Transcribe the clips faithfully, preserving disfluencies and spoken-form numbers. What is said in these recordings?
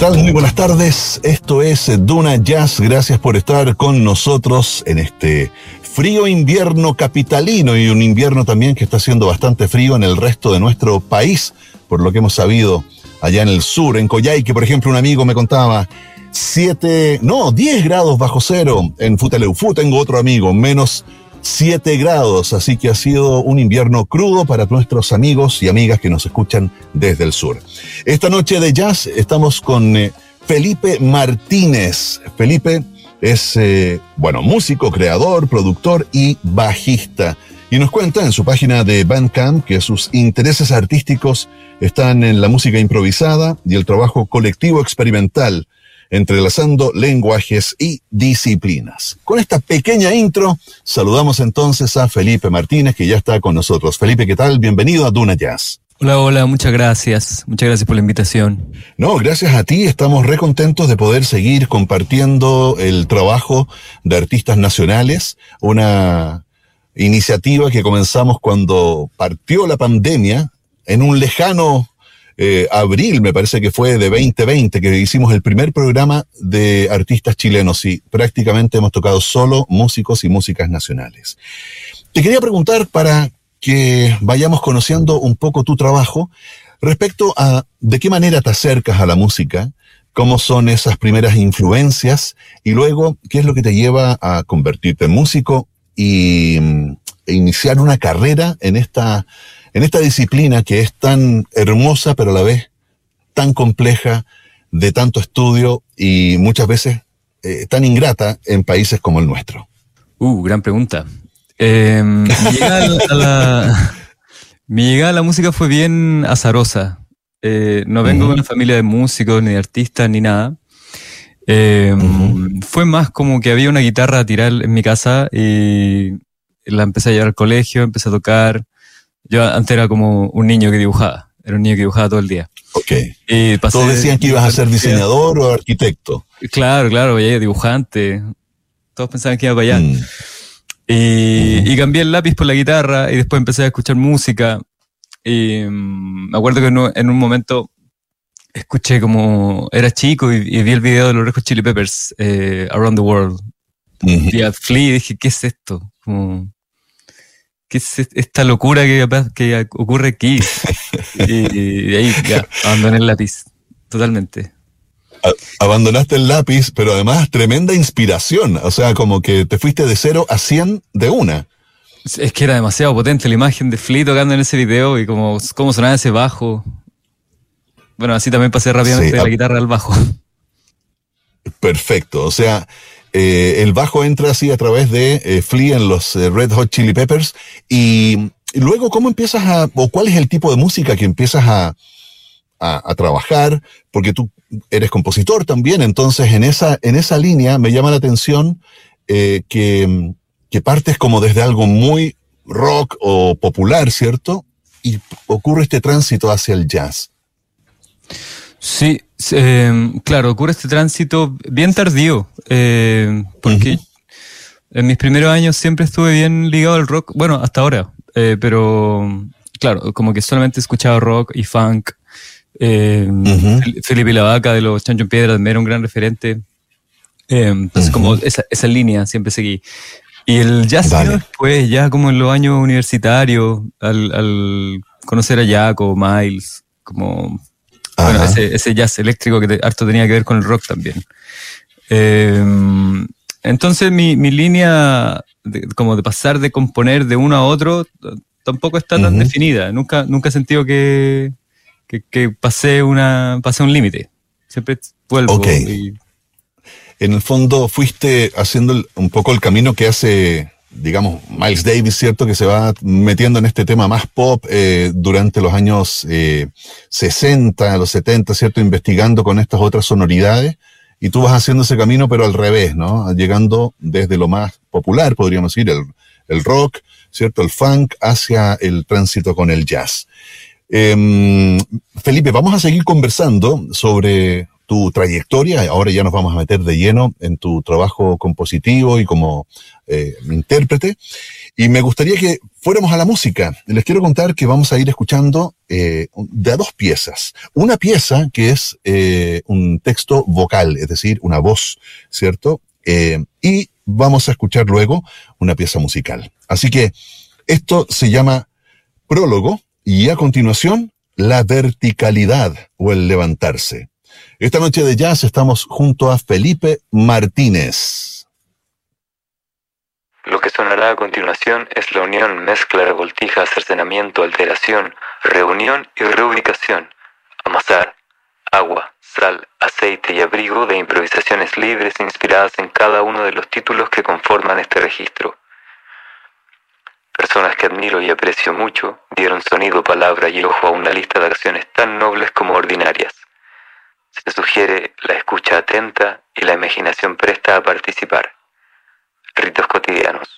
tal? Muy buenas tardes. Esto es Duna Jazz. Gracias por estar con nosotros en este frío invierno capitalino y un invierno también que está haciendo bastante frío en el resto de nuestro país, por lo que hemos sabido allá en el sur, en Coyhaique, por ejemplo, un amigo me contaba siete, no, diez grados bajo cero. En Futaleufú tengo otro amigo, menos siete grados, así que ha sido un invierno crudo para nuestros amigos y amigas que nos escuchan desde el sur. Esta noche de jazz estamos con eh, Felipe Martínez. Felipe es, eh, bueno, músico, creador, productor y bajista. Y nos cuenta en su página de Bandcamp que sus intereses artísticos están en la música improvisada y el trabajo colectivo experimental, entrelazando lenguajes y disciplinas. Con esta pequeña intro, saludamos entonces a Felipe Martínez, que ya está con nosotros. Felipe, ¿qué tal? Bienvenido a Duna Jazz. Hola, hola, muchas gracias. Muchas gracias por la invitación. No, gracias a ti. Estamos re contentos de poder seguir compartiendo el trabajo de artistas nacionales, una iniciativa que comenzamos cuando partió la pandemia, en un lejano Eh, abril, me parece que fue de veinte veinte, que hicimos el primer programa de artistas chilenos y prácticamente hemos tocado solo músicos y músicas nacionales. Te quería preguntar, para que vayamos conociendo un poco tu trabajo, respecto a de qué manera te acercas a la música, cómo son esas primeras influencias y luego qué es lo que te lleva a convertirte en músico y e iniciar una carrera en esta en esta disciplina que es tan hermosa, pero a la vez tan compleja, de tanto estudio y muchas veces eh, tan ingrata en países como el nuestro. Uh, gran pregunta. Eh, mi, llegada a la, mi llegada a la música fue bien azarosa. Eh, no vengo uh-huh. de una familia de músicos, ni de artistas, ni nada. Eh, uh-huh. Fue más como que había una guitarra a tirar en mi casa y la empecé a llevar al colegio, empecé a tocar. Yo antes era como un niño que dibujaba, era un niño que dibujaba todo el día. Ok. Y pasé, ¿todos decían que ibas a ser diseñador o arquitecto? Claro, claro, ya dibujante. Todos pensaban que iba para allá. Mm. Y, uh-huh. y cambié el lápiz por la guitarra y después empecé a escuchar música. Y um, me acuerdo que en un, en un momento escuché como, era chico y, y vi el video de los Red Hot Chili Peppers, eh, Around the World. Uh-huh. Y a Flea y dije, ¿qué es esto? Como, ¿qué es esta locura que, que ocurre aquí? Y, y ahí ya, abandoné el lápiz, totalmente. A- abandonaste el lápiz, pero además tremenda inspiración, o sea, como que te fuiste de cero a cien de una. Es que era demasiado potente la imagen de Flea tocando en ese video y como cómo sonaba ese bajo. Bueno, así también pasé rápidamente sí, de la guitarra al bajo. Perfecto, o sea, Eh, el bajo entra así a través de eh, Flea en los eh, Red Hot Chili Peppers y, y luego ¿cómo empiezas a, o cuál es el tipo de música que empiezas a, a, a trabajar? Porque tú eres compositor también, entonces en esa, en esa línea me llama la atención eh, que, que partes como desde algo muy rock o popular, ¿cierto? Y ocurre este tránsito hacia el jazz. Sí, eh, claro, ocurre este tránsito bien tardío, eh, porque uh-huh. en mis primeros años siempre estuve bien ligado al rock, bueno, hasta ahora, eh, pero claro, como que solamente escuchaba rock y funk. Eh, uh-huh. Felipe Lavaca de los Chancho en Piedra también era un gran referente, eh, entonces uh-huh. como esa, esa línea siempre seguí. Y el jazz después, ya como en los años universitarios, al, al conocer a Jaco, Miles, como... Bueno, ese, ese jazz eléctrico que te, harto tenía que ver con el rock también. Eh, entonces mi, mi línea de, como de pasar de componer de uno a otro tampoco está tan uh-huh. definida. Nunca, nunca he sentido que, que, que pasé, una, pasé un límite. Siempre vuelvo. Okay. Y... En el fondo fuiste haciendo el, un poco el camino que hace, digamos, Miles Davis, ¿cierto? Que se va metiendo en este tema más pop eh, durante los años eh, sesenta, los setenta, ¿cierto? Investigando con estas otras sonoridades. Y tú vas haciendo ese camino, pero al revés, ¿no? Llegando desde lo más popular, podríamos decir, el, el rock, ¿cierto? El funk, hacia el tránsito con el jazz. Eh, Felipe, vamos a seguir conversando sobre tu trayectoria. Ahora ya nos vamos a meter de lleno en tu trabajo compositivo y como eh, intérprete. Y me gustaría que fuéramos a la música. Les quiero contar que vamos a ir escuchando eh, de a dos piezas. Una pieza que es eh, un texto vocal, es decir, una voz, ¿cierto? Eh, y vamos a escuchar luego una pieza musical. Así que esto se llama Prólogo y a continuación la verticalidad o el levantarse. Esta noche de jazz estamos junto a Felipe Martínez. Lo que sonará a continuación es la unión, mezcla, revoltija, cercenamiento, alteración, reunión y reubicación, amasar, agua, sal, aceite y abrigo de improvisaciones libres inspiradas en cada uno de los títulos que conforman este registro. Personas que admiro y aprecio mucho dieron sonido, palabra y ojo a una lista de acciones tan nobles como ordinarias. Se sugiere la escucha atenta y la imaginación presta a participar. Ritos cotidianos.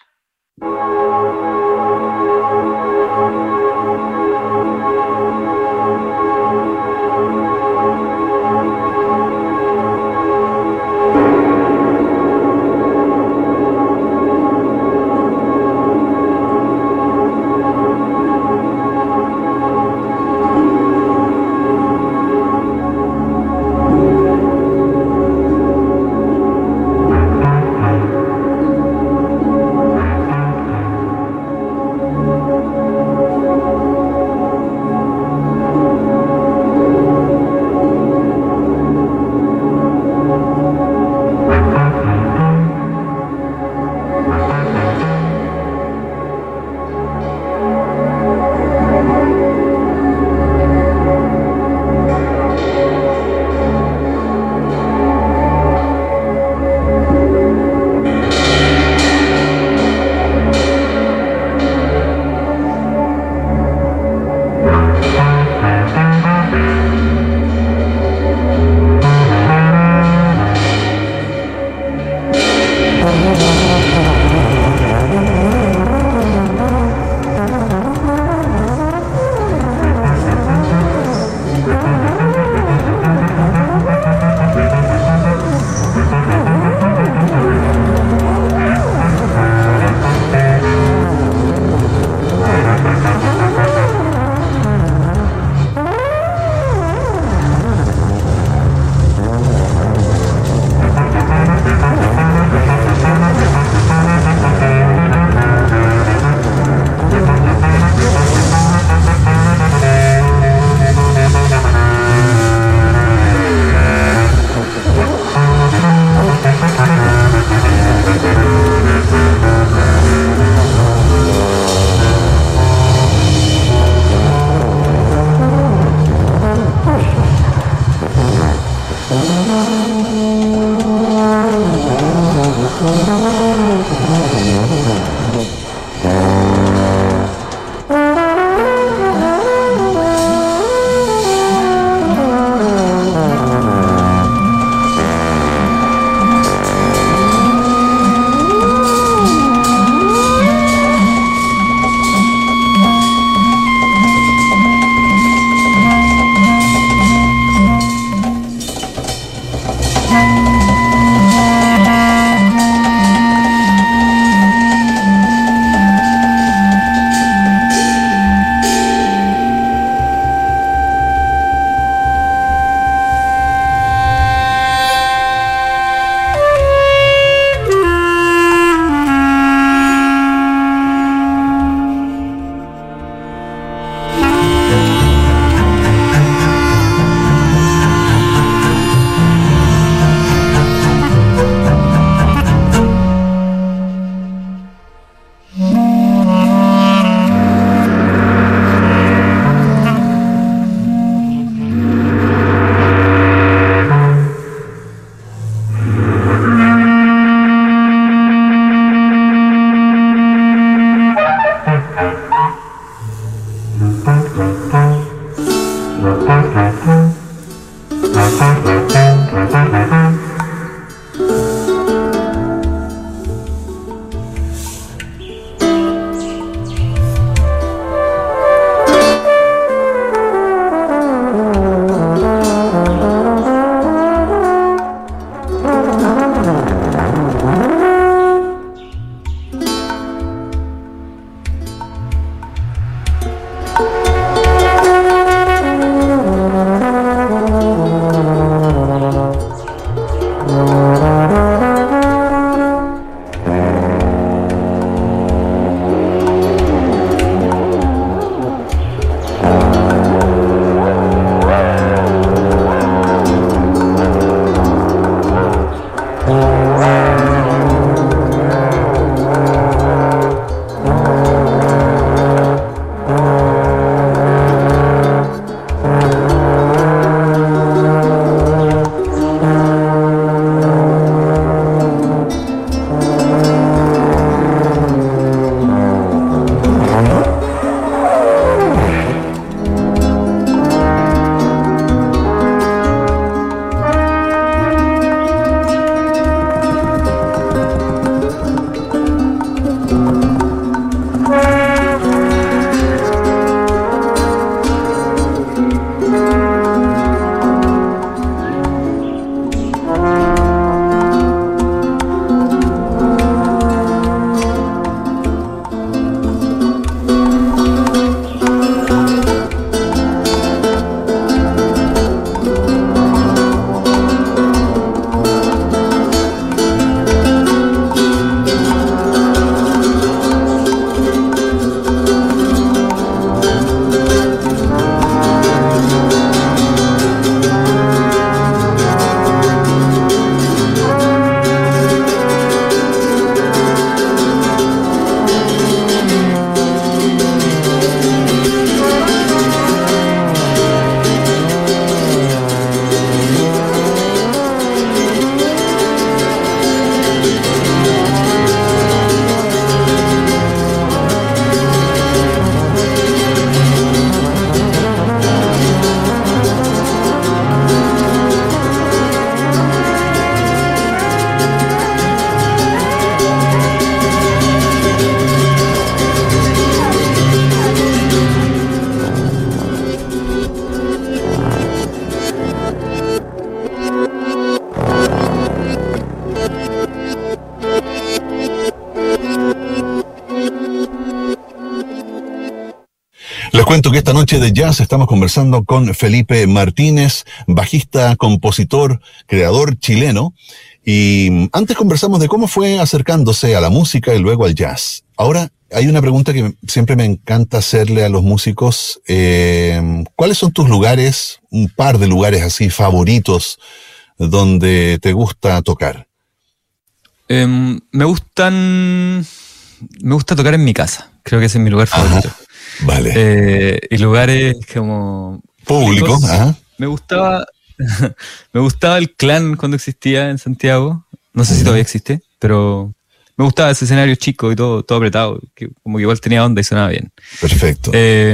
Les cuento que esta noche de jazz estamos conversando con Felipe Martínez, bajista, compositor, creador chileno. Y antes conversamos de cómo fue acercándose a la música y luego al jazz. Ahora hay una pregunta que siempre me encanta hacerle a los músicos. Eh, ¿Cuáles son tus lugares, un par de lugares así favoritos donde te gusta tocar? Eh, me gustan... Me gusta tocar en mi casa. Creo que ese es mi lugar favorito. Ajá, vale. Eh, y lugares como... Público, ajá. Me gustaba... me gustaba el Clan cuando existía en Santiago. No sé si todavía existe, pero me gustaba ese escenario chico y todo, todo apretado, que como que igual tenía onda y sonaba bien. Perfecto. Eh,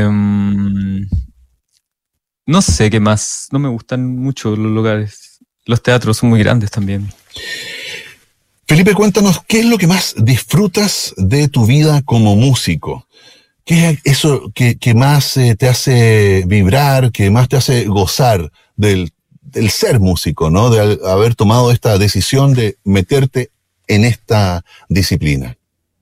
no sé qué más. No me gustan mucho los lugares. Los teatros son muy grandes también. Felipe, cuéntanos, ¿qué es lo que más disfrutas de tu vida como músico? ¿Qué es eso que, que más eh, te hace vibrar, que más te hace gozar del el ser músico, ¿no? De haber tomado esta decisión de meterte en esta disciplina?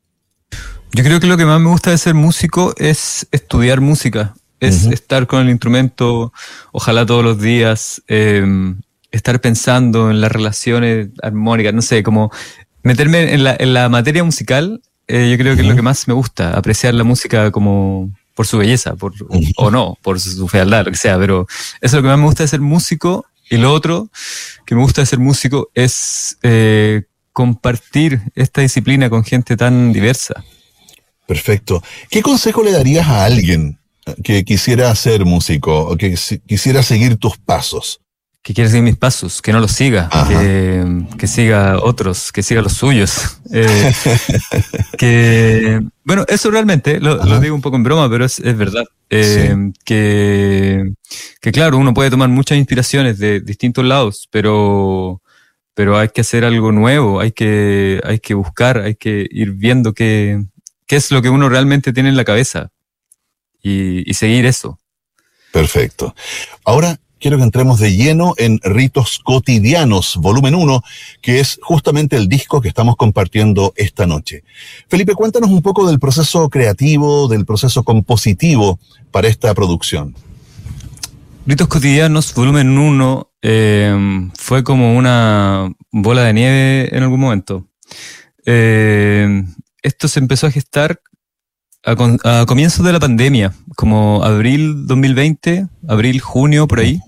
Yo creo que lo que más me gusta de ser músico es estudiar música, es uh-huh. estar con el instrumento, ojalá todos los días, eh, estar pensando en las relaciones armónicas, no sé, como meterme en la, en la materia musical, eh, yo creo que uh-huh. es lo que más me gusta, apreciar la música como por su belleza, por, uh-huh. o no, por su fealdad, lo que sea, pero eso es lo que más me gusta de ser músico. Y lo otro que me gusta de ser músico es eh, compartir esta disciplina con gente tan diversa. Perfecto. ¿Qué consejo le darías a alguien que quisiera ser músico o que quisiera seguir tus pasos? Que quiera seguir mis pasos, que no los siga, que, que siga otros, que siga los suyos. Eh, que bueno, eso realmente, lo, lo digo un poco en broma, pero es, es verdad. Eh, sí. que, que claro, uno puede tomar muchas inspiraciones de distintos lados, pero, pero hay que hacer algo nuevo, hay que, hay que buscar, hay que ir viendo qué, qué es lo que uno realmente tiene en la cabeza y, y seguir eso. Perfecto. Ahora quiero que entremos de lleno en Ritos Cotidianos, volumen uno, que es justamente el disco que estamos compartiendo esta noche. Felipe, cuéntanos un poco del proceso creativo, del proceso compositivo para esta producción. Ritos Cotidianos, volumen uno, eh, fue como una bola de nieve en algún momento. Eh, esto se empezó a gestar A, con, a comienzos de la pandemia, como abril dos mil veinte, abril, junio, por ahí.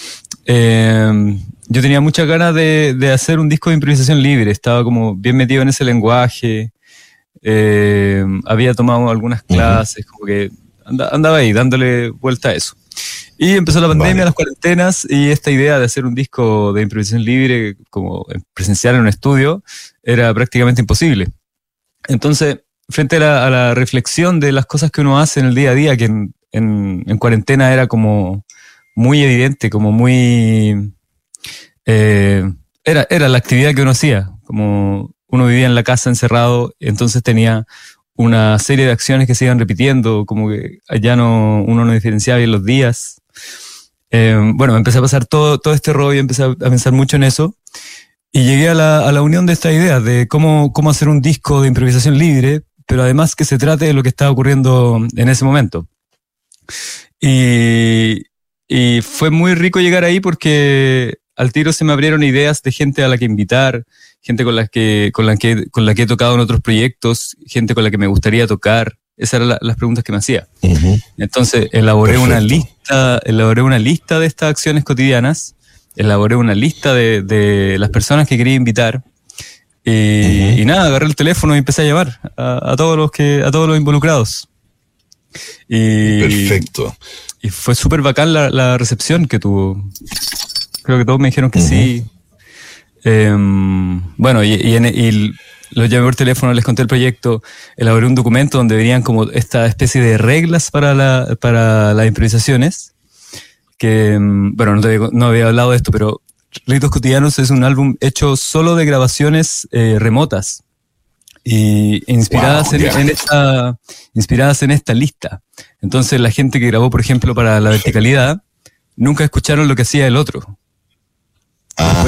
Eh, yo tenía muchas ganas de, de hacer un disco de improvisación libre, estaba como bien metido en ese lenguaje, eh, había tomado algunas clases, uh-huh. como que andaba, andaba ahí dándole vuelta a eso. Y empezó la pandemia, vale. las cuarentenas, y esta idea de hacer un disco de improvisación libre, como presencial en un estudio, era prácticamente imposible. Entonces, frente a la, a la reflexión de las cosas que uno hace en el día a día, que en, en, en cuarentena era como muy evidente, como muy... Eh, era, era la actividad que uno hacía, como uno vivía en la casa encerrado, entonces tenía una serie de acciones que se iban repitiendo, como que allá no, uno no diferenciaba bien los días. Eh, bueno, me empecé a pasar todo, todo este rollo, empecé a, a pensar mucho en eso, y llegué a la, a la unión de esta idea de cómo, cómo hacer un disco de improvisación libre, pero además que se trate de lo que estaba ocurriendo en ese momento. Y, y fue muy rico llegar ahí porque al tiro se me abrieron ideas de gente a la que invitar, gente con la que, con la que, con la que he tocado en otros proyectos, gente con la que me gustaría tocar. Esas eran la, las preguntas que me hacía. Uh-huh. Entonces elaboré Perfecto. una lista, elaboré una lista de estas acciones cotidianas, elaboré una lista de, de las personas que quería invitar. Y, uh-huh. y nada, agarré el teléfono y empecé a llamar a, a todos los que, a todos los involucrados. Y, Perfecto. Y fue súper bacán la, la recepción que tuvo. Creo que todos me dijeron que uh-huh. sí. Eh, bueno, y, y, en, y los llamé por teléfono, les conté el proyecto, elaboré un documento donde venían como esta especie de reglas para, la, para las improvisaciones. Que, bueno, no, te, no había hablado de esto, pero Ritos Cotidianos es un álbum hecho solo de grabaciones eh, remotas y inspiradas, wow, en, yeah. en esta, inspiradas en esta lista. Entonces la gente que grabó, por ejemplo, para La Verticalidad, nunca escucharon lo que hacía el otro.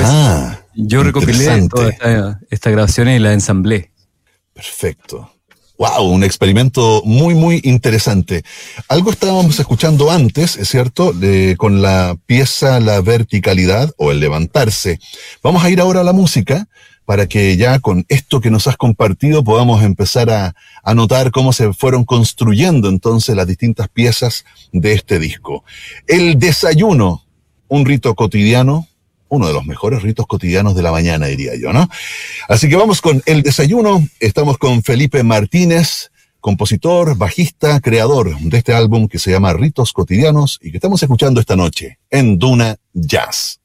Ajá, yo recopilé todas estas esta grabaciones y las ensamblé. Perfecto. Wow, un experimento muy, muy interesante. Algo estábamos escuchando antes, es cierto, de, con la pieza La Verticalidad o El Levantarse. Vamos a ir ahora a la música para que ya con esto que nos has compartido podamos empezar a, a notar cómo se fueron construyendo entonces las distintas piezas de este disco. El desayuno, un rito cotidiano, uno de los mejores ritos cotidianos de la mañana, diría yo, ¿no? Así que vamos con El Desayuno. Estamos con Felipe Martínez, compositor, bajista, creador de este álbum que se llama Ritos Cotidianos y que estamos escuchando esta noche en Duna Jazz.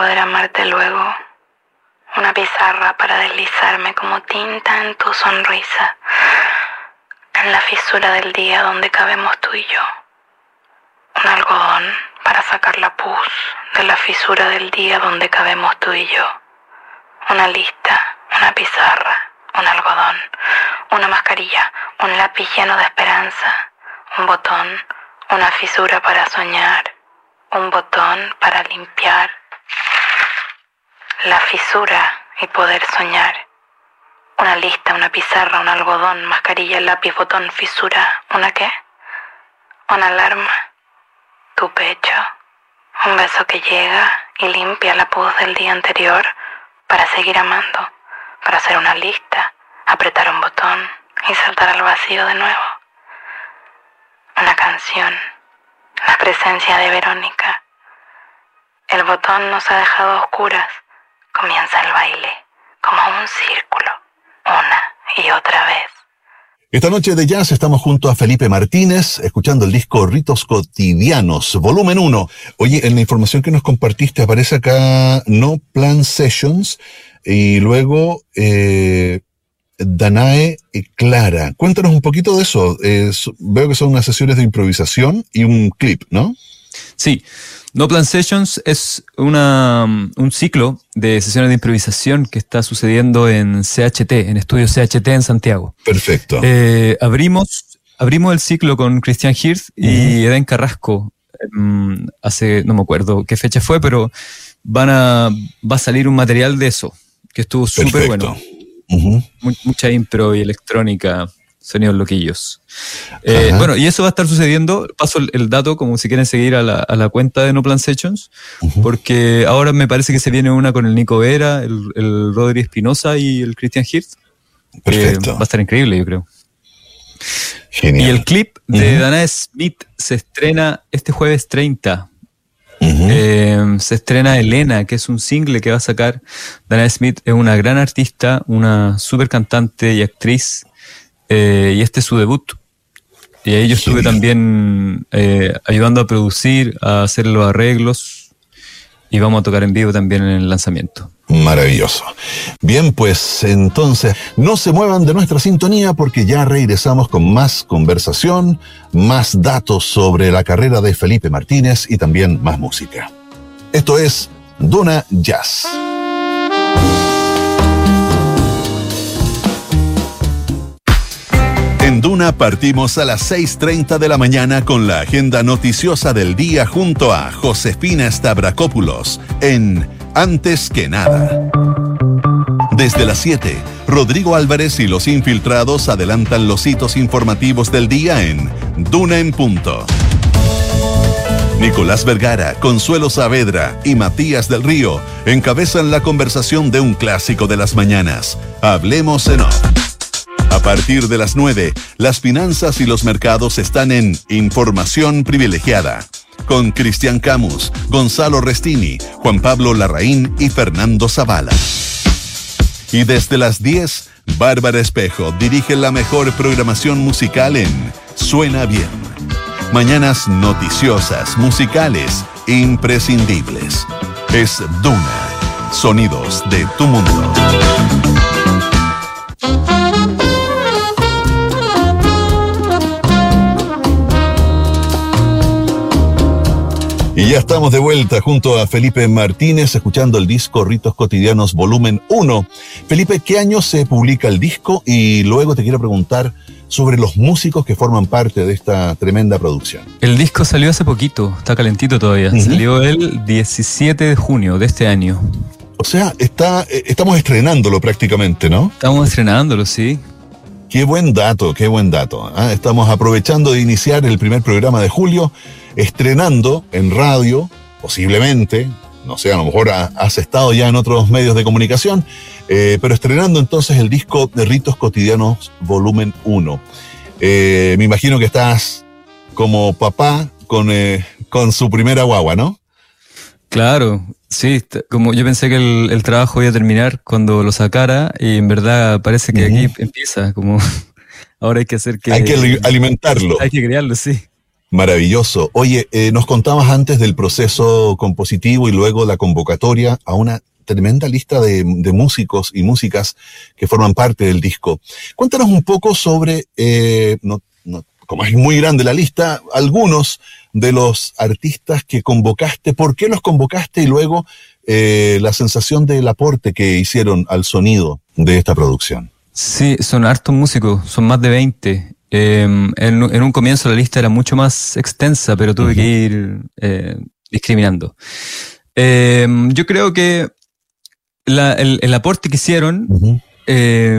poder amarte luego. Una pizarra para deslizarme como tinta en tu sonrisa, en la fisura del día donde cabemos tú y yo. Un algodón para sacar la pus de la fisura del día donde cabemos tú y yo. Una lista, una pizarra, un algodón, una mascarilla, un lápiz lleno de esperanza, un botón, una fisura para soñar, un botón para limpiar la fisura y poder soñar. Una lista, una pizarra, un algodón, mascarilla, lápiz, botón, fisura. ¿Una qué? Una alarma. Tu pecho. Un beso que llega y limpia la pus del día anterior para seguir amando, para hacer una lista, apretar un botón y saltar al vacío de nuevo. Una canción. La presencia de Verónica. El botón nos ha dejado a oscuras. Comienza el baile, como un círculo, una y otra vez. Esta noche de jazz estamos junto a Felipe Martínez, escuchando el disco Ritos Cotidianos, volumen uno. Oye, en la información que nos compartiste aparece acá No Plan Sessions, y luego eh, Danae y Clara. Cuéntanos un poquito de eso. Eh, veo que son unas sesiones de improvisación y un clip, ¿no? Sí. No Plan Sessions es una, un ciclo de sesiones de improvisación que está sucediendo en C H T, en Estudio C H T en Santiago. Perfecto. Eh, abrimos, abrimos el ciclo con Christian Hirth y uh-huh. Eden Carrasco. Um, hace, no me acuerdo qué fecha fue, pero van a, va a salir un material de eso, que estuvo súper bueno. Uh-huh. Mucha impro y electrónica. Sonidos loquillos. Eh, bueno, y eso va a estar sucediendo. Paso el, el dato, como si quieren seguir a la, a la cuenta de No Plan Sessions, uh-huh. porque ahora me parece que se viene una con el Nico Vera, el, el Rodri Espinosa y el Christian Hirth. Perfecto. Eh, va a estar increíble, yo creo. Genial. Y el clip de uh-huh. Danae Smith se estrena este jueves treinta. Uh-huh. Eh, se estrena Elena, que es un single que va a sacar. Danae Smith es una gran artista, una súper cantante y actriz. Eh, y este es su debut. Y ahí yo estuve Genial. también eh, ayudando a producir, a hacer los arreglos, y vamos a tocar en vivo también en el lanzamiento. Maravilloso. Bien, pues entonces no se muevan de nuestra sintonía, porque ya regresamos con más conversación, más datos sobre la carrera de Felipe Martínez y también más música. Esto es Duna Jazz. En Duna partimos a las seis treinta de la mañana con la agenda noticiosa del día junto a Josefina Stavrakopoulos en Antes que Nada. Desde las siete, Rodrigo Álvarez y los infiltrados adelantan los hitos informativos del día en Duna en Punto. Nicolás Vergara, Consuelo Saavedra y Matías del Río encabezan la conversación de un clásico de las mañanas. Hablemos en off. A partir de las nueve, las finanzas y los mercados están en Información Privilegiada, con Cristian Camus, Gonzalo Restini, Juan Pablo Larraín y Fernando Zavala. Y desde las diez, Bárbara Espejo dirige la mejor programación musical en Suena Bien. Mañanas noticiosas, musicales, imprescindibles. Es Duna, sonidos de tu mundo. Y ya estamos de vuelta junto a Felipe Martínez, escuchando el disco Ritos Cotidianos volumen uno. Felipe, ¿qué año se publica el disco? Y luego te quiero preguntar sobre los músicos que forman parte de esta tremenda producción. El disco salió hace poquito, está calentito todavía. Uh-huh. Salió el diecisiete de junio de este año. O sea, está, estamos estrenándolo prácticamente, ¿no? Estamos estrenándolo, sí. Qué buen dato, qué buen dato. ¿eh? Estamos aprovechando de iniciar el primer programa de julio, estrenando en radio, posiblemente, no sé, a lo mejor ha, has estado ya en otros medios de comunicación, eh, pero estrenando entonces el disco de Ritos Cotidianos volumen uno. Eh, me imagino que estás como papá con, eh, con su primera guagua, ¿no? Claro, sí, como yo pensé que el, el trabajo iba a terminar cuando lo sacara, y en verdad parece que uh-huh. aquí empieza, como ahora hay que hacer que... Hay que alimentarlo. Hay que criarlo, sí. Maravilloso. Oye, eh, nos contabas antes del proceso compositivo y luego la convocatoria a una tremenda lista de, de músicos y músicas que forman parte del disco. Cuéntanos un poco sobre, eh, no, no, como es muy grande la lista, algunos de los artistas que convocaste, por qué los convocaste y luego eh, la sensación del aporte que hicieron al sonido de esta producción. Sí, son hartos músicos, son más de veinte. Eh, en, en un comienzo la lista era mucho más extensa, pero tuve uh-huh. que ir eh, discriminando. Eh, yo creo que la, el, el aporte que hicieron, uh-huh. eh,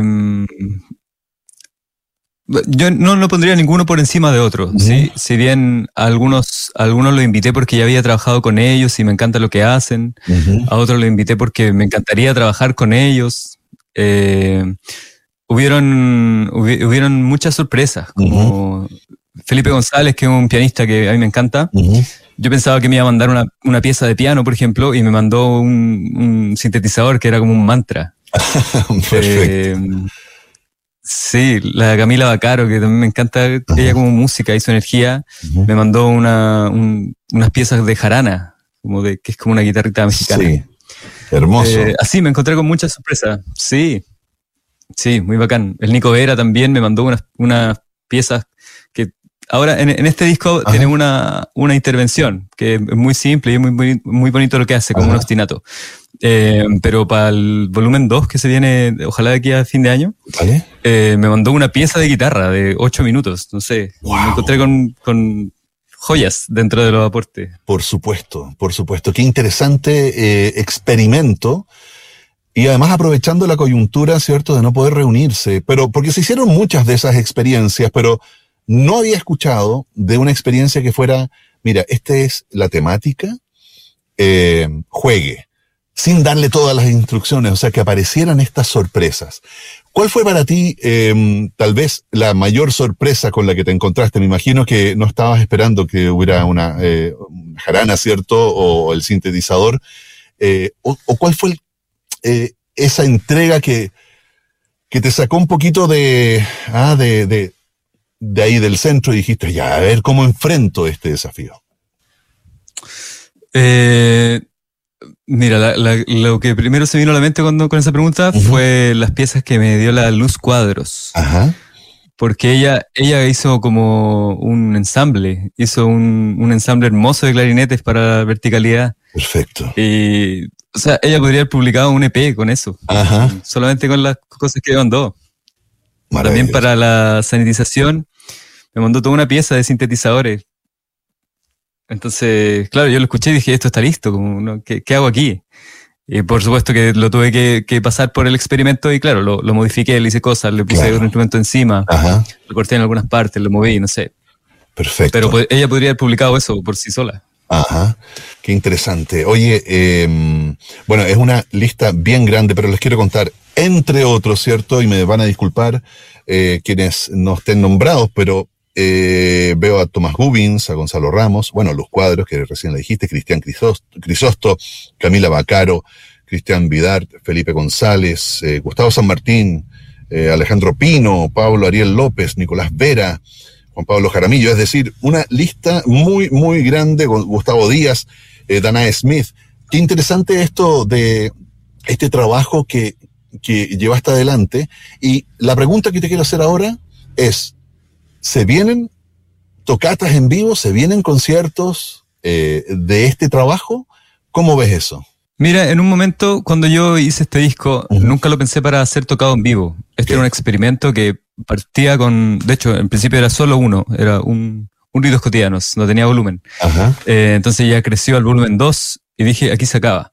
yo no lo pondría ninguno por encima de otro. Uh-huh. ¿Sí? Si bien a algunos, a algunos los invité porque ya había trabajado con ellos y me encanta lo que hacen, uh-huh. a otros los invité porque me encantaría trabajar con ellos. Eh, hubieron, hubi, hubieron muchas sorpresas, como uh-huh. Felipe González, que es un pianista que a mí me encanta. Uh-huh. Yo pensaba que me iba a mandar una, una pieza de piano, por ejemplo, y me mandó un, un sintetizador que era como un mantra. Perfecto. Eh, sí, la Camila Bacaro, que también me encanta, uh-huh. ella como música y su energía, uh-huh. me mandó una, un, unas piezas de jarana, como de, que es como una guitarrita mexicana. Sí, hermoso. Eh, así me encontré con muchas sorpresas. Sí, sí, muy bacán. El Nico Vera también me mandó unas, unas piezas que ahora en, en este disco Ajá. tiene una, una intervención que es muy simple y es muy, muy, muy bonito lo que hace, como Ajá. un ostinato. Eh, pero para el volumen dos que se viene, ojalá de aquí a fin de año, ¿Vale? eh, me mandó una pieza de guitarra de ocho minutos, no sé. Wow. Me encontré con, con joyas dentro de los aportes. Por supuesto, por supuesto. Qué interesante eh, experimento. Y además aprovechando la coyuntura, ¿cierto?, de no poder reunirse. Pero porque se hicieron muchas de esas experiencias, pero no había escuchado de una experiencia que fuera, mira, esta es la temática, eh, juegue, sin darle todas las instrucciones, o sea, que aparecieran estas sorpresas. ¿Cuál fue para ti, eh, tal vez, la mayor sorpresa con la que te encontraste? Me imagino que no estabas esperando que hubiera una, eh, una jarana, ¿cierto?, o el sintetizador. Eh, o, o cuál fue el, eh, esa entrega que, que te sacó un poquito de, ah, de, de, de ahí del centro y dijiste, ya, a ver cómo enfrento este desafío. Eh, mira, la, la, lo que primero se vino a la mente cuando, con esa pregunta uh-huh. fue las piezas que me dio la Luz Cuadros. Ajá. Porque ella, ella hizo como un ensamble, hizo un, un ensamble hermoso de clarinetes para la verticalidad. Perfecto. Y, o sea, ella podría haber publicado un E P con eso. Ajá. Solamente con las cosas que mandó. También para la sanitización me mandó toda una pieza de sintetizadores. Entonces, claro, yo lo escuché y dije, esto está listo, como, ¿no? ¿Qué, ¿qué hago aquí? Y por supuesto que lo tuve que, que pasar por el experimento y claro, lo, lo modifiqué, le hice cosas, le puse claro. otro instrumento encima, Ajá. lo corté en algunas partes, lo moví, no sé. Perfecto. Pero pues, ella podría haber publicado eso por sí sola. Ajá, qué interesante. Oye, eh, bueno, es una lista bien grande, pero les quiero contar, entre otros, ¿cierto? Y me van a disculpar eh, quienes no estén nombrados, pero eh, veo a Tomás Gubbins, a Gonzalo Ramos, bueno, Luz Cuadros, que recién le dijiste, Cristian Crisosto, Camila Bacaro, Cristian Vidart, Felipe González, eh, Gustavo San Martín, eh, Alejandro Pino, Pablo Ariel López, Nicolás Vera, Juan Pablo Jaramillo, es decir, una lista muy, muy grande, Gustavo Díaz, eh, Danae Smith. Qué interesante esto de este trabajo que, que llevaste adelante. Y la pregunta que te quiero hacer ahora es, ¿se vienen tocatas en vivo? ¿Se vienen conciertos eh, de este trabajo? ¿Cómo ves eso? Mira, en un momento cuando yo hice este disco, uh-huh. nunca lo pensé para ser tocado en vivo. Este ¿Qué? Era un experimento que partía con, de hecho, en principio era solo uno, era un, un Ritos Cotidianos, no tenía volumen. Uh-huh. Eh, entonces ya creció al volumen dos y dije, aquí se acaba.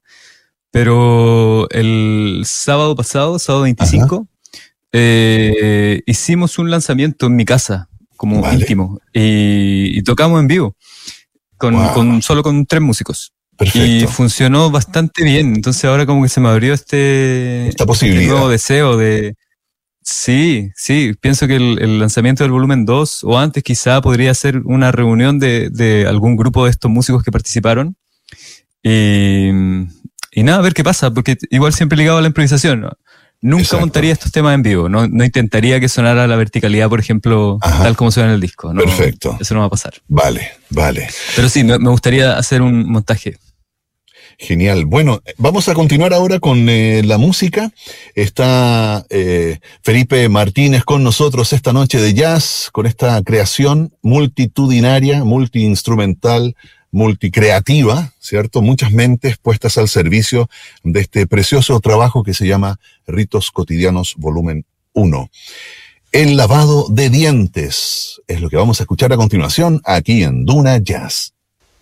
Pero el sábado pasado, sábado veinticinco, uh-huh. eh, hicimos un lanzamiento en mi casa, como vale. íntimo, y, y tocamos en vivo, con, wow. con, solo con tres músicos. Perfecto. Y funcionó bastante bien, entonces ahora como que se me abrió este, Esta posibilidad. este nuevo deseo de... Sí, sí, pienso que el, el lanzamiento del volumen dos, o antes quizá, podría ser una reunión de, de algún grupo de estos músicos que participaron. Y, y nada, a ver qué pasa, porque igual siempre ligado a la improvisación, ¿no? nunca Exacto. montaría estos temas en vivo. No, no intentaría que sonara la verticalidad, por ejemplo, Ajá. tal como suena en el disco. No, Perfecto. Eso no va a pasar. Vale, vale. Pero sí, me, me gustaría hacer un montaje. Genial. Bueno, vamos a continuar ahora con eh, la música. Está eh, Felipe Martínez con nosotros esta noche de jazz, con esta creación multitudinaria, multiinstrumental, multicreativa, ¿cierto? Muchas mentes puestas al servicio de este precioso trabajo que se llama Ritos Cotidianos Volumen uno. El lavado de dientes es lo que vamos a escuchar a continuación aquí en Duna Jazz.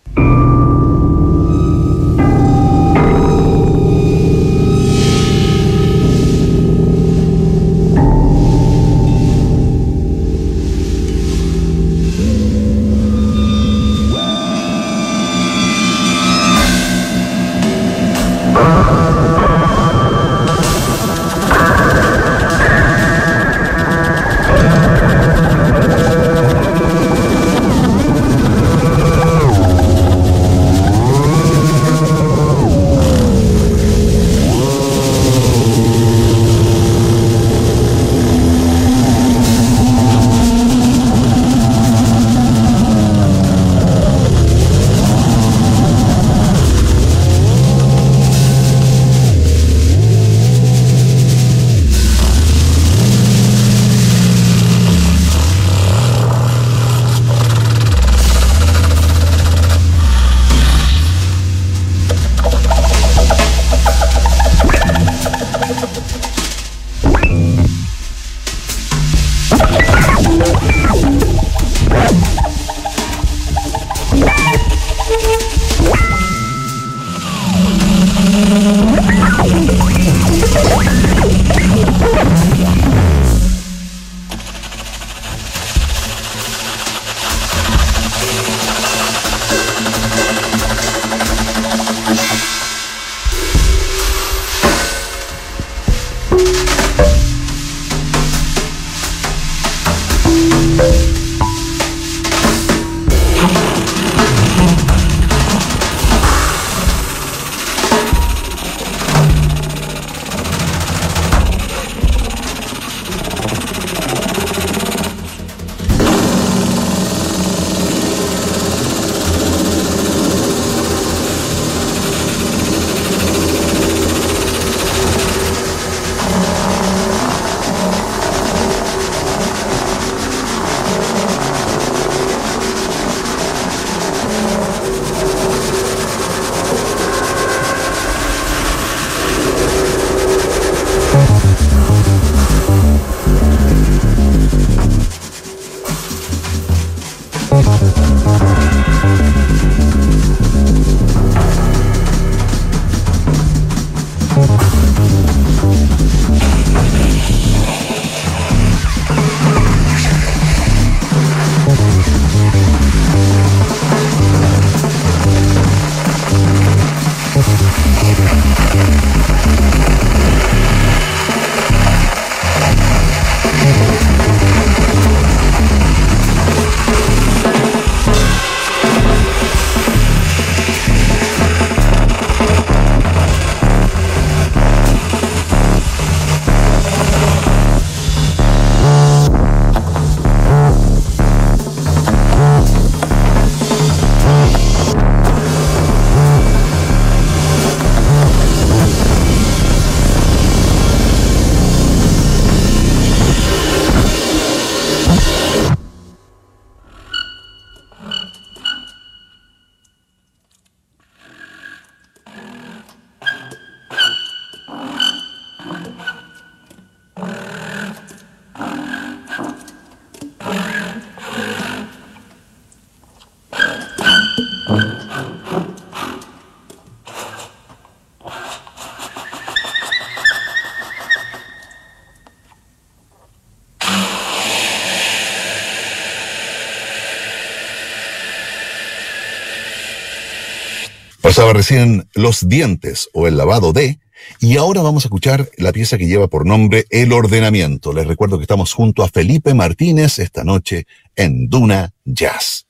Pasaba recién Los Dientes o El Lavado de, y ahora vamos a escuchar la pieza que lleva por nombre El Ordenamiento. Les recuerdo que estamos junto a Felipe Martínez esta noche en Duna Jazz.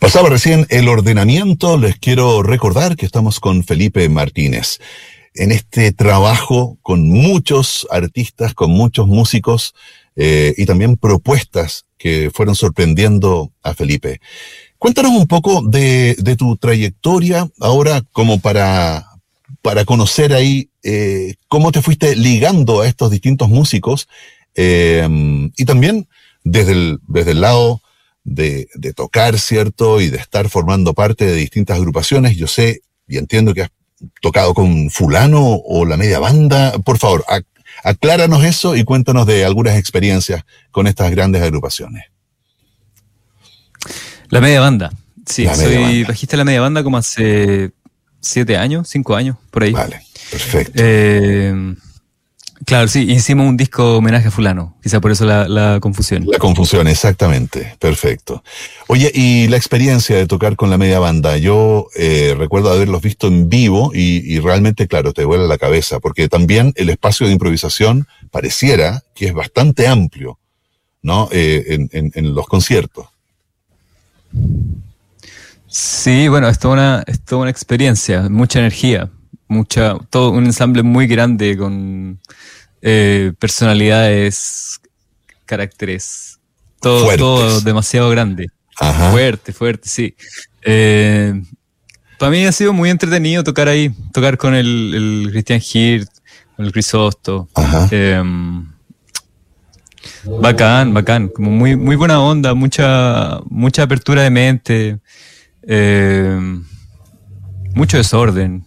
Pasaba recién el ordenamiento. Les quiero recordar que estamos con Felipe Martínez en este trabajo con muchos artistas, con muchos músicos eh, y también propuestas que fueron sorprendiendo a Felipe. Cuéntanos un poco de, de tu trayectoria ahora, como para, para conocer ahí eh, cómo te fuiste ligando a estos distintos músicos eh, y también desde el, desde el lado de, de tocar, ¿cierto? Y de estar formando parte de distintas agrupaciones. Yo sé y entiendo que has tocado con fulano o la media banda. Por favor, ac- acláranos eso y cuéntanos de algunas experiencias con estas grandes agrupaciones. La media banda. Sí, La soy media banda. bajista de la media banda como hace siete años, cinco años, por ahí. Vale, perfecto. Eh, claro, sí, hicimos un disco homenaje a fulano. Quizá por eso la, la confusión. La confusión, exactamente. Perfecto. Oye, y la experiencia de tocar con la media banda, yo eh, recuerdo haberlos visto en vivo y, y realmente, claro, te vuela la cabeza, porque también el espacio de improvisación pareciera que es bastante amplio, ¿no? Eh, en, en, en los conciertos. Sí, bueno, es toda una, es toda una experiencia, mucha energía, mucha, todo un ensamble muy grande con eh, personalidades, caracteres, todo, Fuertes. todo demasiado grande. Ajá. Fuerte, fuerte, sí. Eh, para mí ha sido muy entretenido tocar ahí, tocar con el, el Christian Hirt, con el Crisosto. Ajá. Eh, bacán, bacán, como muy, muy buena onda, mucha, mucha apertura de mente, eh, mucho desorden.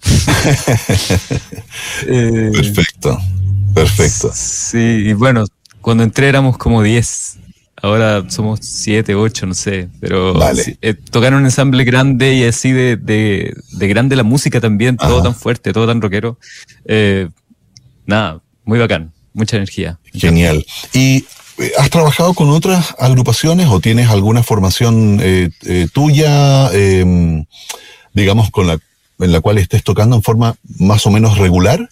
eh, Perfecto. Perfecto. Sí, y bueno, cuando entré éramos como diez. Ahora somos siete, ocho, no sé, pero Vale. sí, eh, tocar un ensamble grande y así de, de, de grande la música también, todo Ajá. tan fuerte, todo tan rockero. Eh, nada, muy bacán, mucha energía. Genial. ¿Y eh, has trabajado con otras agrupaciones o tienes alguna formación eh, eh, tuya, eh, digamos, con la, en la cual estés tocando en forma más o menos regular?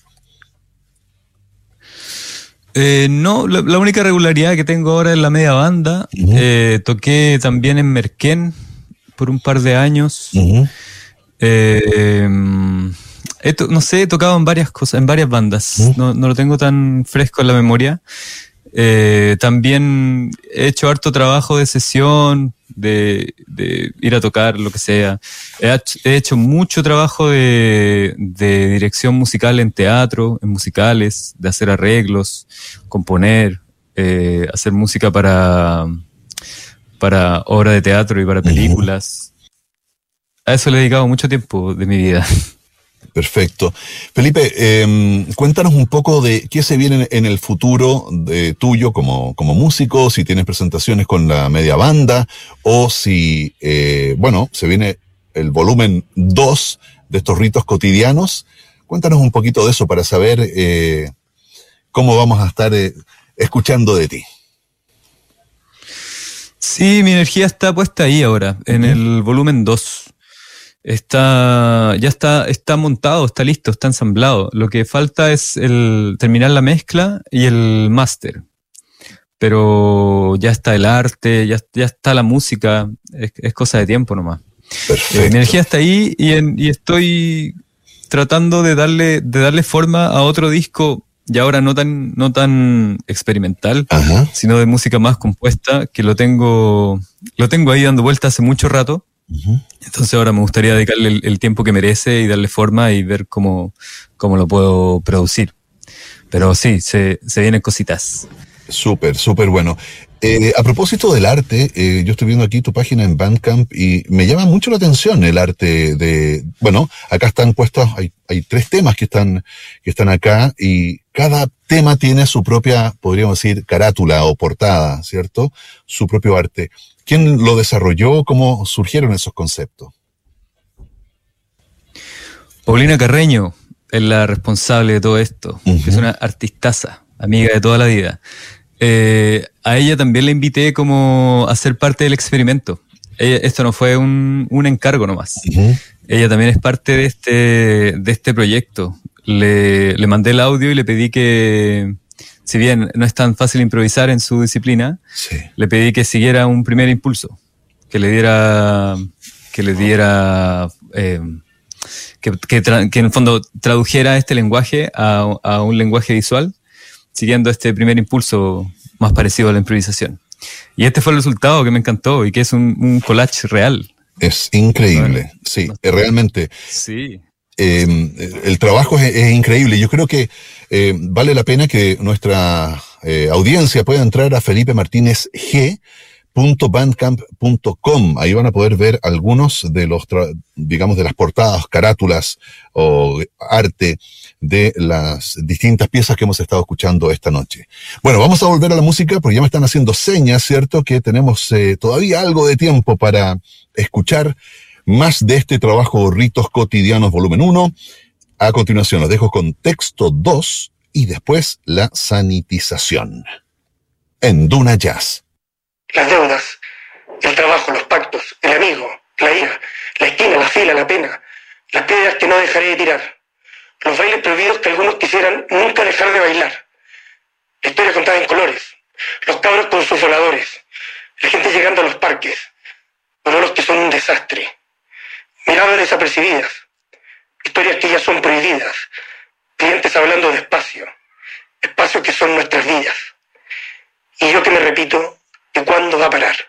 Eh, no, la, la única regularidad que tengo ahora es la media banda. Uh-huh. Eh, toqué también en Merquén por un par de años. Uh-huh. Eh, he to- no sé, he tocado en varias cosas, en varias bandas. Uh-huh. No, no lo tengo tan fresco en la memoria. Eh, también he hecho harto trabajo de sesión, de, de ir a tocar, lo que sea. He, hach- he hecho mucho trabajo de, de dirección musical en teatro, en musicales, de hacer arreglos, componer, eh, hacer música para, para obra de teatro y para películas. A eso le he dedicado mucho tiempo de mi vida. Perfecto. Felipe, eh, cuéntanos un poco de qué se viene en el futuro de tuyo como, como músico, si tienes presentaciones con la media banda o si, eh, bueno, se viene el volumen dos de estos ritos cotidianos. Cuéntanos un poquito de eso para saber eh, cómo vamos a estar eh, escuchando de ti. Sí, mi energía está puesta ahí ahora, en Uh-huh. el volumen dos. Está, ya está, está montado, está listo, está ensamblado. Lo que falta es el terminar la mezcla y el máster. Pero ya está el arte, ya, ya está la música, es, es cosa de tiempo nomás. Perfecto. Eh, mi energía está ahí y, en, y estoy tratando de darle, de darle forma a otro disco, y ahora no tan, no tan experimental, Ajá. sino de música más compuesta, que lo tengo, lo tengo ahí dando vuelta hace mucho rato. Uh-huh. Entonces ahora me gustaría dedicarle el, el tiempo que merece y darle forma y ver cómo, cómo lo puedo producir. Pero sí, se, se vienen cositas. Súper, súper bueno. Eh, a propósito del arte, eh, yo estoy viendo aquí tu página en Bandcamp y me llama mucho la atención el arte de... Bueno, acá están puestos, hay, hay tres temas que están, que están acá y cada tema tiene su propia, podríamos decir, carátula o portada, ¿cierto? Su propio arte. ¿Quién lo desarrolló? ¿Cómo surgieron esos conceptos? Paulina Carreño es la responsable de todo esto, Uh-huh. que es una artistaza, amiga de toda la vida. Eh, a ella también la invité como a ser parte del experimento. Ella, esto no fue un, un encargo nomás. Uh-huh. Ella también es parte de este, de este proyecto. Le, le mandé el audio y le pedí que, si bien no es tan fácil improvisar en su disciplina, Sí. le pedí que siguiera un primer impulso, que le diera que le diera, eh, que, que, tra- que en el fondo tradujera este lenguaje a, a un lenguaje visual, siguiendo este primer impulso más parecido a la improvisación. Y este fue el resultado que me encantó y que es un, un collage real. Es increíble, Bueno, sí, no- realmente. Sí. Eh, el trabajo es, es increíble. Yo creo que eh, vale la pena que nuestra eh, audiencia pueda entrar a felipe martínez g punto bandcamp punto com. Ahí van a poder ver algunos de los, tra- digamos, de las portadas, carátulas o arte de las distintas piezas que hemos estado escuchando esta noche. Bueno, vamos a volver a la música porque ya me están haciendo señas, ¿cierto? Que tenemos eh, todavía algo de tiempo para escuchar más de este trabajo Ritos Cotidianos volumen uno. A continuación los dejo con texto dos y después la sanitización. En Duna Jazz. Las deudas, el trabajo, los pactos, el amigo, la ira, la esquina, la fila, la pena, las piedras que no dejaré de tirar, los bailes prohibidos que algunos quisieran nunca dejar de bailar, la historia contada en colores, los cabros con sus voladores, la gente llegando a los parques, monólogos que son un desastre, miradas desapercibidas, historias que ya son prohibidas, clientes hablando despacio, espacios que son nuestras vidas, y yo que me repito, ¿de cuándo va a parar?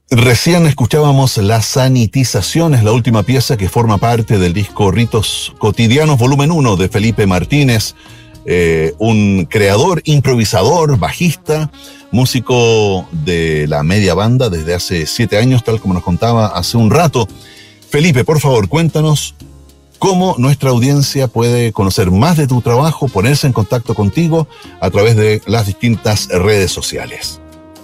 Recién escuchábamos La Sanitización, es la última pieza que forma parte del disco Ritos Cotidianos, volumen uno de Felipe Martínez, eh, un creador, improvisador, bajista, músico de la media banda desde hace siete años, tal como nos contaba hace un rato. Felipe, por favor, cuéntanos cómo nuestra audiencia puede conocer más de tu trabajo, ponerse en contacto contigo a través de las distintas redes sociales.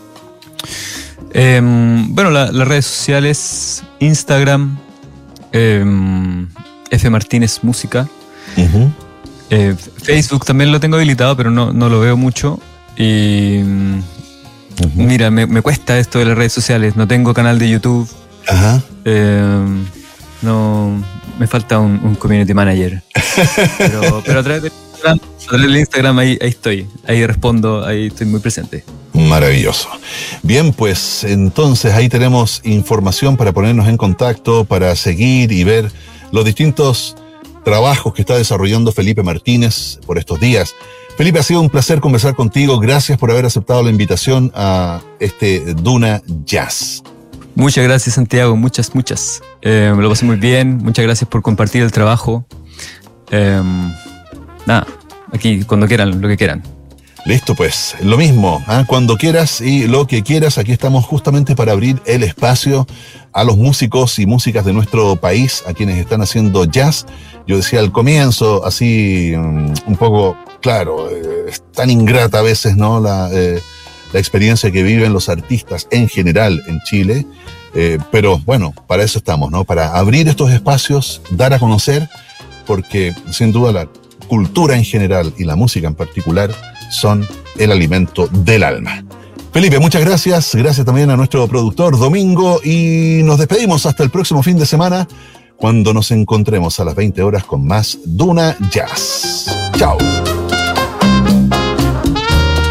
Eh, bueno, la, las redes sociales, Instagram, eh, F Martínez Música, Uh-huh. eh, Facebook también lo tengo habilitado, pero no, no lo veo mucho. Y uh-huh. mira, me, me cuesta esto de las redes sociales, no tengo canal de YouTube. Ajá. Eh, no, me falta un, un community manager. pero, pero a través de Instagram, a través del Instagram ahí, ahí estoy, ahí respondo, ahí estoy muy presente. Maravilloso. Bien, pues entonces ahí tenemos información para ponernos en contacto, para seguir y ver los distintos trabajos que está desarrollando Felipe Martínez por estos días. Felipe, ha sido un placer conversar contigo. Gracias por haber aceptado la invitación a este Duna Jazz. Muchas gracias, Santiago, muchas, muchas. Eh, me lo pasé muy bien, muchas gracias por compartir el trabajo. Eh, nada, aquí cuando quieran, lo que quieran. Listo, pues, lo mismo, ¿eh? Cuando quieras y lo que quieras, aquí estamos justamente para abrir el espacio a los músicos y músicas de nuestro país, a quienes están haciendo jazz. Yo decía al comienzo, así um, un poco, claro, eh, es tan ingrata a veces, ¿no? La, eh, la experiencia que viven los artistas en general en Chile, eh, pero bueno, para eso estamos, ¿no? Para abrir estos espacios, dar a conocer, porque sin duda la cultura en general y la música en particular son el alimento del alma. Felipe, muchas gracias. Gracias también a nuestro productor Domingo y nos despedimos hasta el próximo fin de semana cuando nos encontremos a las veinte horas con más Duna Jazz. Chao.